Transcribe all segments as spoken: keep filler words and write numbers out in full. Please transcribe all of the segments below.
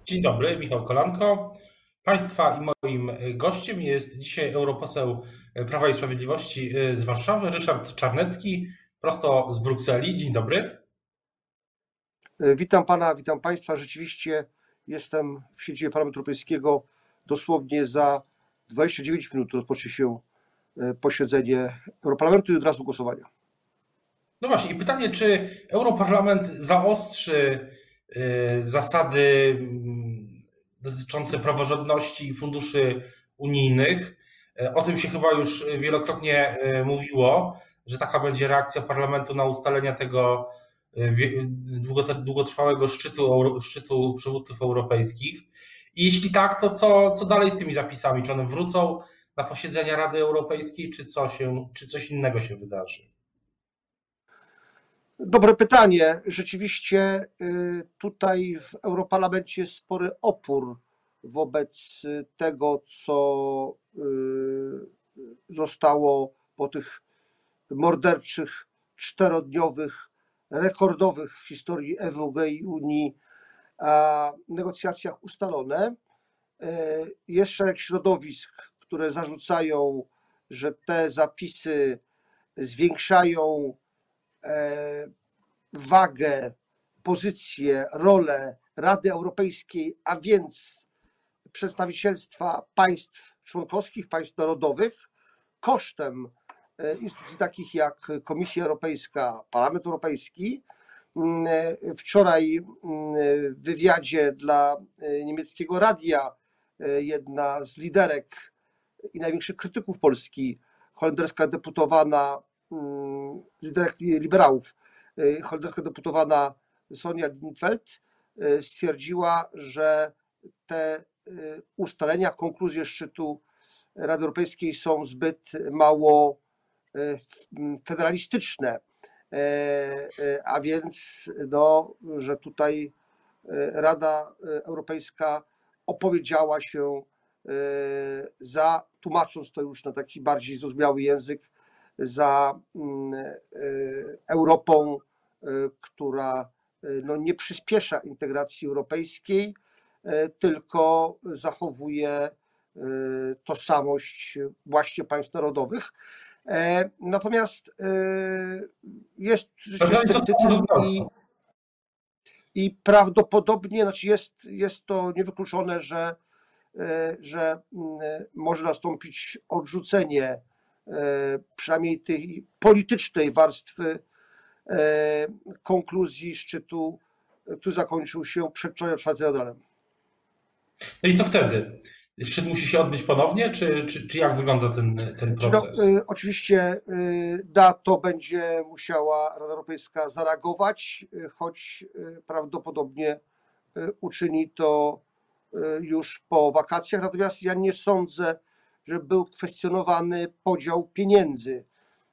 Dzień dobry, Michał Kolanko. Państwa i moim gościem jest dzisiaj europoseł Prawa i Sprawiedliwości z Warszawy, Ryszard Czarnecki, prosto z Brukseli. Dzień dobry. Witam Pana, witam Państwa. Rzeczywiście jestem w siedzibie Parlamentu Europejskiego. Dosłownie za dwadzieścia dziewięć minut rozpocznie się posiedzenie Europarlamentu i od razu głosowania. No właśnie, i pytanie, czy Europarlament zaostrzy zasady dotyczące praworządności funduszy unijnych? O tym się chyba już wielokrotnie mówiło, że taka będzie reakcja parlamentu na ustalenia tego długotrwałego szczytu, szczytu przywódców europejskich. I jeśli tak, to co, co dalej z tymi zapisami? Czy one wrócą na posiedzenia Rady Europejskiej, czy, co się, czy coś innego się wydarzy? Dobre pytanie. Rzeczywiście tutaj w Europarlamencie jest spory opór wobec tego, co zostało po tych morderczych, czterodniowych, rekordowych w historii E W G i Unii negocjacjach ustalone. Jest szereg środowisk, które zarzucają, że te zapisy zwiększają wagę, pozycję, rolę Rady Europejskiej, a więc przedstawicielstwa państw członkowskich, państw narodowych, kosztem instytucji takich jak Komisja Europejska, Parlament Europejski. Wczoraj w wywiadzie dla niemieckiego radia jedna z liderek i największych krytyków Polski, holenderska deputowana, liderek liberałów, holenderska deputowana Sonja Dinfeld stwierdziła, że te ustalenia, konkluzje szczytu Rady Europejskiej są zbyt mało federalistyczne, a więc no, że tutaj Rada Europejska opowiedziała się za, tłumacząc to już na taki bardziej zrozumiały język, za Europą, która no, nie przyspiesza integracji europejskiej, tylko zachowuje tożsamość właśnie państw narodowych. Natomiast jest sceptycyzm i, i prawdopodobnie, znaczy jest, jest to niewykluczone, że, że może nastąpić odrzucenie przynajmniej tej politycznej warstwy konkluzji szczytu, który zakończył się przedwczoraj czwartym nad ranem. No i co wtedy? Szczyt musi się odbyć ponownie, czy, czy, czy jak wygląda ten, ten proces? No, oczywiście na to będzie musiała Rada Europejska zareagować, choć prawdopodobnie uczyni to już po wakacjach. Natomiast ja nie sądzę, że był kwestionowany podział pieniędzy.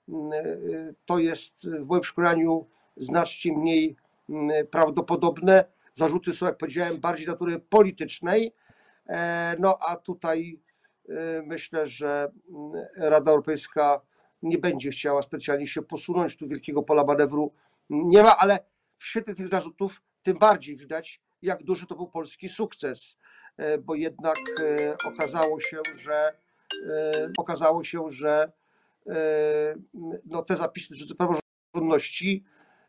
To jest w moim przekonaniu znacznie mniej prawdopodobne. Zarzuty są, jak powiedziałem, bardziej natury politycznej. No a tutaj myślę, że Rada Europejska nie będzie chciała specjalnie się posunąć, tu wielkiego pola manewru nie ma, ale w świetle tych zarzutów tym bardziej widać, jak duży to był polski sukces, bo jednak okazało się, że okazało się, że no, te zapisy dotyczące praworządności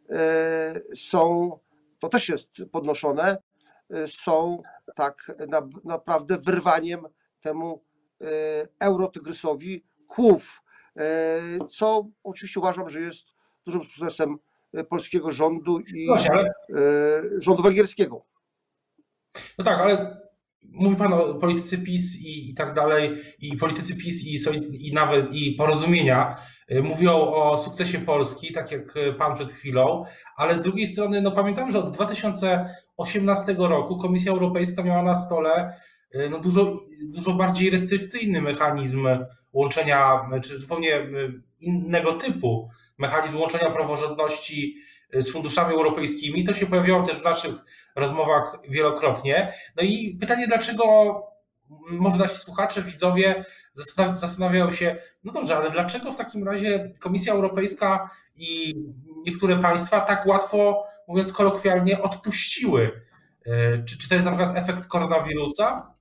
są, to też jest podnoszone, są tak na, naprawdę wyrwaniem temu eurotygrysowi kłów, co oczywiście uważam, że jest dużym sukcesem polskiego rządu i no, ale... rządu węgierskiego. No tak, ale mówi Pan o polityce PiS i, i tak dalej, i politycy PiS i, i nawet i porozumienia mówią o sukcesie Polski, tak jak Pan przed chwilą, ale z drugiej strony no pamiętam, że od dwa tysiące osiemnastego roku Komisja Europejska miała na stole no dużo, dużo bardziej restrykcyjny mechanizm łączenia, czy zupełnie innego typu mechanizm łączenia praworządności z funduszami europejskimi. To się pojawiało też w naszych rozmowach wielokrotnie. No i pytanie, dlaczego może nasi słuchacze, widzowie zastanawiają się, no dobrze, ale dlaczego w takim razie Komisja Europejska i niektóre państwa tak łatwo, mówiąc kolokwialnie, odpuściły Czy, czy to jest na przykład efekt koronawirusa?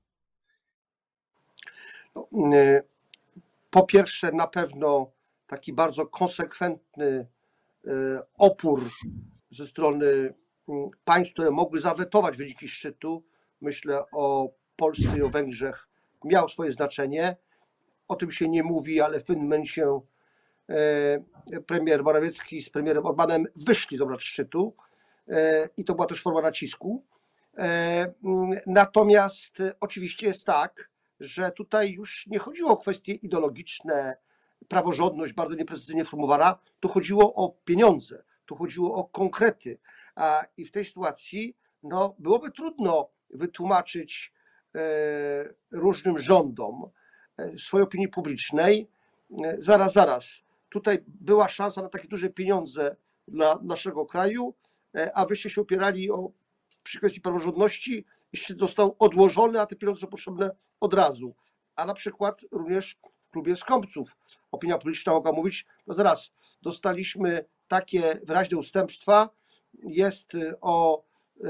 No, po pierwsze, na pewno taki bardzo konsekwentny opór ze strony państw, które mogły zawetować wyniki szczytu, myślę o Polsce i o Węgrzech, miał swoje znaczenie. O tym się nie mówi, ale w pewnym momencie premier Morawiecki z premierem Orbánem wyszli z obrad szczytu i to była też forma nacisku. Natomiast oczywiście jest tak, że tutaj już nie chodziło o kwestie ideologiczne, praworządność bardzo nieprecyzyjnie formułowana, tu chodziło o pieniądze, tu chodziło o konkrety. I w tej sytuacji no, byłoby trudno wytłumaczyć różnym rządom, swojej opinii publicznej, zaraz, zaraz, tutaj była szansa na takie duże pieniądze dla naszego kraju, a wyście się opierali o przy kwestii praworządności, jeszcze został odłożony, a te pieniądze są potrzebne od razu. A na przykład również w klubie skąpców opinia publiczna mogła mówić, no zaraz, dostaliśmy takie wyraźne ustępstwa, jest o yy,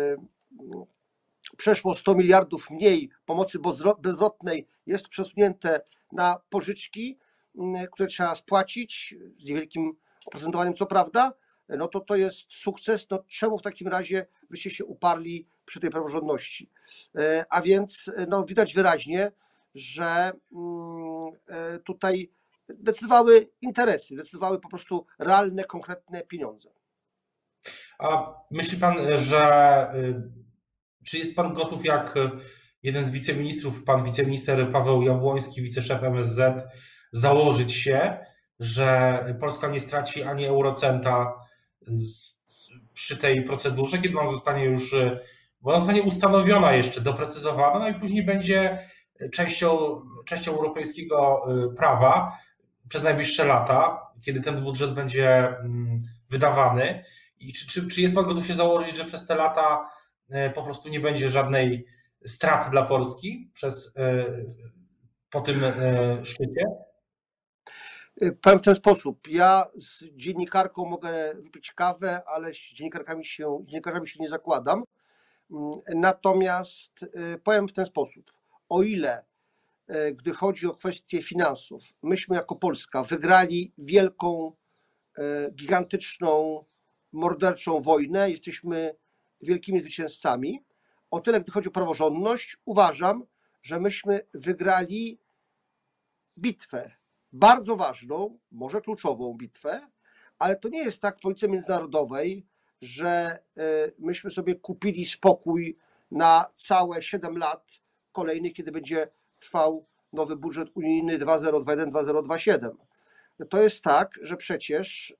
przeszło sto miliardów mniej pomocy bezrotnej, jest przesunięte na pożyczki, które trzeba spłacić z niewielkim oprocentowaniem, co prawda, no to to jest sukces, no czemu w takim razie wyście się uparli przy tej praworządności? A więc no, widać wyraźnie, że tutaj decydowały interesy, decydowały po prostu realne, konkretne pieniądze. A myśli pan, że czy jest pan gotów jak jeden z wiceministrów, pan wiceminister Paweł Jabłoński, wiceszef M S Z, założyć się, że Polska nie straci ani eurocenta z, z, przy tej procedurze, kiedy ona zostanie już, bo ona zostanie ustanowiona jeszcze, doprecyzowana, no i później będzie częścią, częścią europejskiego prawa przez najbliższe lata, kiedy ten budżet będzie wydawany. I czy, czy, czy jest pan gotów się założyć, że przez te lata po prostu nie będzie żadnej straty dla Polski przez, po tym szczycie? Powiem w ten sposób. Ja z dziennikarką mogę wypić kawę, ale z dziennikarkami się, dziennikarzami się nie zakładam. Natomiast powiem w ten sposób. O ile, gdy chodzi o kwestie finansów, myśmy jako Polska wygrali wielką, gigantyczną, morderczą wojnę, jesteśmy wielkimi zwycięzcami, o tyle, gdy chodzi o praworządność, uważam, że myśmy wygrali bitwę, bardzo ważną, może kluczową bitwę, ale to nie jest tak w polityce międzynarodowej, że myśmy sobie kupili spokój na całe siedem lat kolejnych, kiedy będzie trwał nowy budżet unijny dwa zero dwa jeden dwa zero dwa siedem. To jest tak, że przecież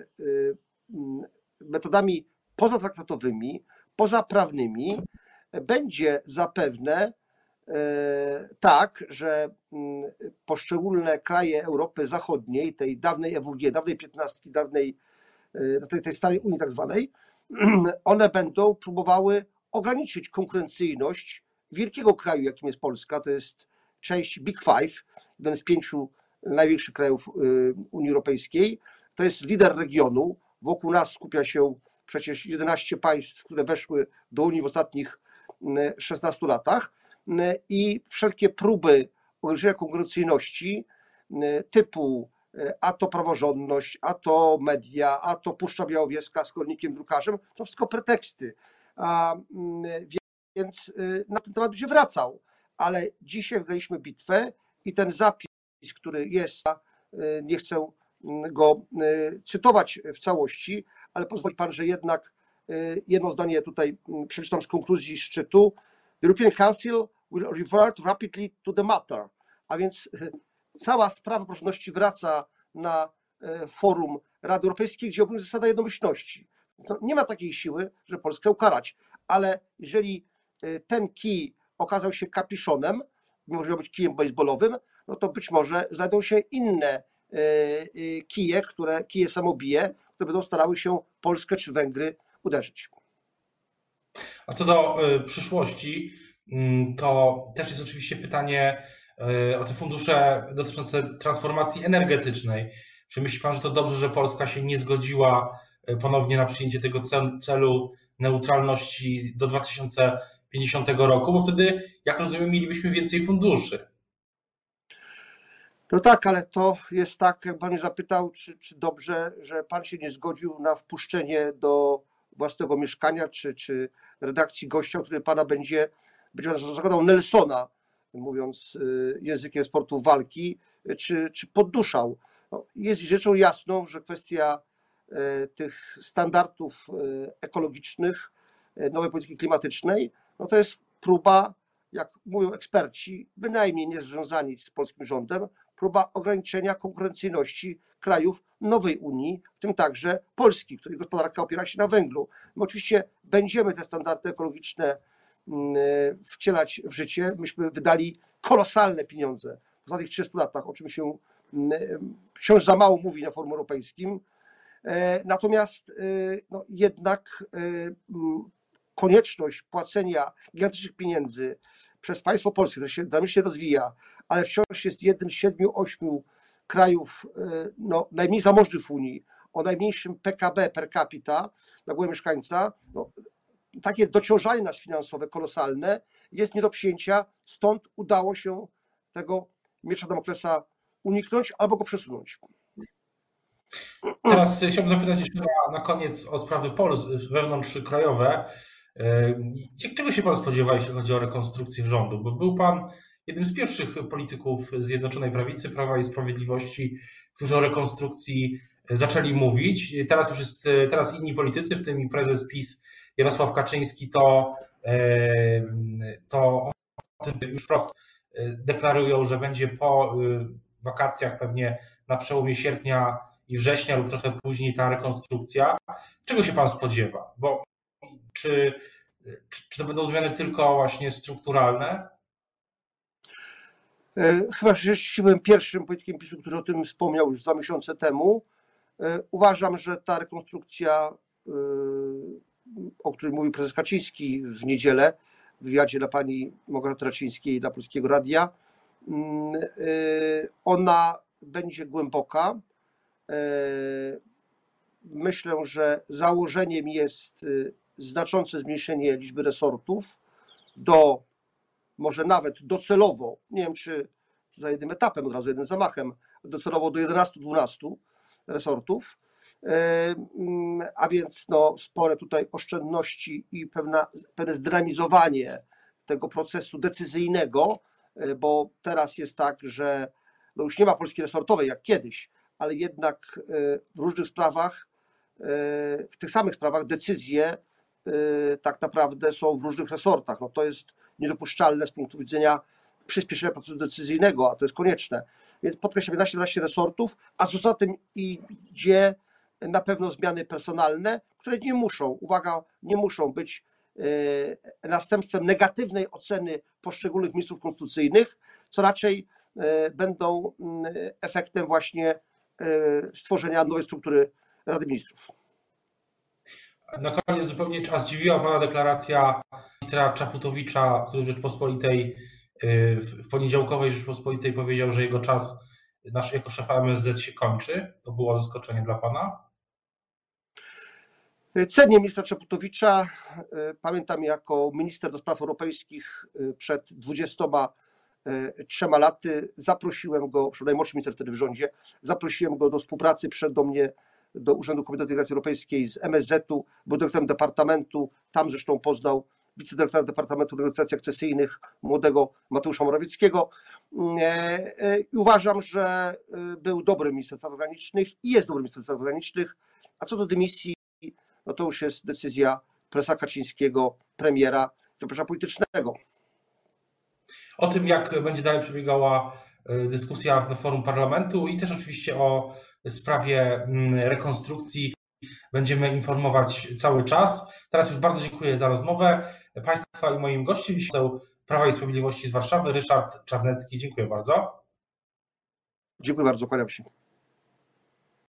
metodami pozatraktatowymi, pozaprawnymi będzie zapewne tak, że poszczególne kraje Europy Zachodniej, tej dawnej E W G, dawnej piętnastki, dawnej tej, tej starej Unii tak zwanej, one będą próbowały ograniczyć konkurencyjność wielkiego kraju, jakim jest Polska, to jest część Big Five, jeden z pięciu największych krajów Unii Europejskiej, to jest lider regionu, wokół nas skupia się przecież jedenaście państw, które weszły do Unii w ostatnich szesnastu latach i wszelkie próby ograniczenia konkurencyjności typu a to praworządność, a to media, a to Puszcza Białowieska z kornikiem drukarzem, to wszystko preteksty. A, więc na ten temat będzie wracał, ale dzisiaj wygraliśmy bitwę i ten zapis, który jest, nie chcę go cytować w całości, ale pozwoli pan, że jednak jedno zdanie tutaj przeczytam z konkluzji szczytu. The European Council will revert rapidly to the matter. A więc cała sprawa praworządności wraca na forum Rady Europejskiej, gdzie obowiązuje zasada jednomyślności. No, nie ma takiej siły, żeby Polskę ukarać, ale jeżeli ten kij okazał się kapiszonem, mimo że miał być kijem baseballowym, no to być może znajdą się inne kije, które, kije samobije, które będą starały się Polskę czy Węgry uderzyć. A co do przyszłości, to też jest oczywiście pytanie o te fundusze dotyczące transformacji energetycznej. Czy myśli pan, że to dobrze, że Polska się nie zgodziła ponownie na przyjęcie tego celu neutralności do dwa tysiące pięćdziesiątego roku, bo wtedy, jak rozumiem, mielibyśmy więcej funduszy. No tak, ale to jest tak, jak pan mnie zapytał, czy, czy dobrze, że pan się nie zgodził na wpuszczenie do własnego mieszkania, czy, czy redakcji gościa, który pana będzie, będzie zakładał Nelsona, mówiąc językiem sportu walki, czy, czy podduszał. No, jest rzeczą jasną, że kwestia tych standardów ekologicznych, nowej polityki klimatycznej, no to jest próba, jak mówią eksperci, bynajmniej nie związani z polskim rządem, próba ograniczenia konkurencyjności krajów nowej Unii, w tym także Polski, której gospodarka opiera się na węglu. My oczywiście będziemy te standardy ekologiczne wcielać w życie. Myśmy wydali kolosalne pieniądze w ostatnich trzydziestu latach, o czym się wciąż za mało mówi na forum europejskim. Natomiast no, jednak konieczność płacenia gigantycznych pieniędzy przez państwo polskie, które się, dla mnie się rozwija, ale wciąż jest jednym z siedmiu, ośmiu krajów no, najmniej zamożnych w Unii, o najmniejszym P K B per capita na głowę mieszkańca, no, takie dociążanie nas finansowe kolosalne jest nie do przyjęcia, stąd udało się tego miecza Damoklesa uniknąć albo go przesunąć. Teraz chciałbym zapytać jeszcze na, na koniec o sprawy polskie, wewnątrzkrajowe. Czego się pan spodziewa, jeśli chodzi o rekonstrukcję rządu? Bo był pan jednym z pierwszych polityków Zjednoczonej Prawicy, Prawa i Sprawiedliwości, którzy o rekonstrukcji zaczęli mówić. Teraz już jest, teraz inni politycy, w tym i prezes PiS Jarosław Kaczyński, to, to o tym już wprost deklarują, że będzie po wakacjach, pewnie na przełomie sierpnia i września lub trochę później, ta rekonstrukcja. Czego się pan spodziewa? Bo czy, czy, czy to będą zmiany tylko właśnie strukturalne? Chyba, że byłem pierwszym politykiem PiSu, który o tym wspomniał już dwa miesiące temu. Uważam, że ta rekonstrukcja, o której mówił prezes Kaczyński w niedzielę w wywiadzie dla pani Małgorzaty Raczyńskiej i dla Polskiego Radia, ona będzie głęboka. Myślę, że założeniem jest znaczące zmniejszenie liczby resortów do, może nawet docelowo, nie wiem czy za jednym etapem, od razu jednym zamachem, docelowo do jedenastu dwunastu resortów, a więc no, spore tutaj oszczędności i pewna, pewne zdynamizowanie tego procesu decyzyjnego, bo teraz jest tak, że no już nie ma Polski resortowej jak kiedyś, ale jednak w różnych sprawach, w tych samych sprawach decyzje tak naprawdę są w różnych resortach. No to jest niedopuszczalne z punktu widzenia przyspieszenia procesu decyzyjnego, a to jest konieczne. Więc podkreślam jedenaście dwanaście resortów, a z tym idzie na pewno zmiany personalne, które nie muszą, uwaga, nie muszą być następstwem negatywnej oceny poszczególnych ministrów konstytucyjnych, co raczej będą efektem właśnie stworzenia nowej struktury Rady Ministrów. Na koniec zupełnie, a zdziwiła pana deklaracja ministra Czaputowicza, który w Rzeczpospolitej, w poniedziałkowej Rzeczpospolitej powiedział, że jego czas nasz jako szefa M S Z się kończy. To było zaskoczenie dla pana? Cenię ministra Czaputowicza. Pamiętam, jako minister do spraw europejskich przed dwudziestoma trzema laty zaprosiłem go, najmłodszy minister wtedy w rządzie, zaprosiłem go do współpracy, przyszedł do mnie do Urzędu Komitetu Integracji Europejskiej z M S Z-u, był dyrektorem departamentu, tam zresztą poznał wicedyrektora Departamentu Negocjacji Akcesyjnych, młodego Mateusza Morawieckiego. I uważam, że był dobrym ministrem spraw zagranicznych i jest dobrym ministrem spraw zagranicznych, a co do dymisji, no to już jest decyzja prezesa Kaczyńskiego, premiera, zapraszam politycznego. O tym, jak będzie dalej przebiegała dyskusja na forum parlamentu i też oczywiście o sprawie rekonstrukcji będziemy informować cały czas. Teraz już bardzo dziękuję za rozmowę. Państwa i moim gościem jest poseł Prawa i Sprawiedliwości z Warszawy, Ryszard Czarnecki. Dziękuję bardzo. Dziękuję bardzo, kłaniam się.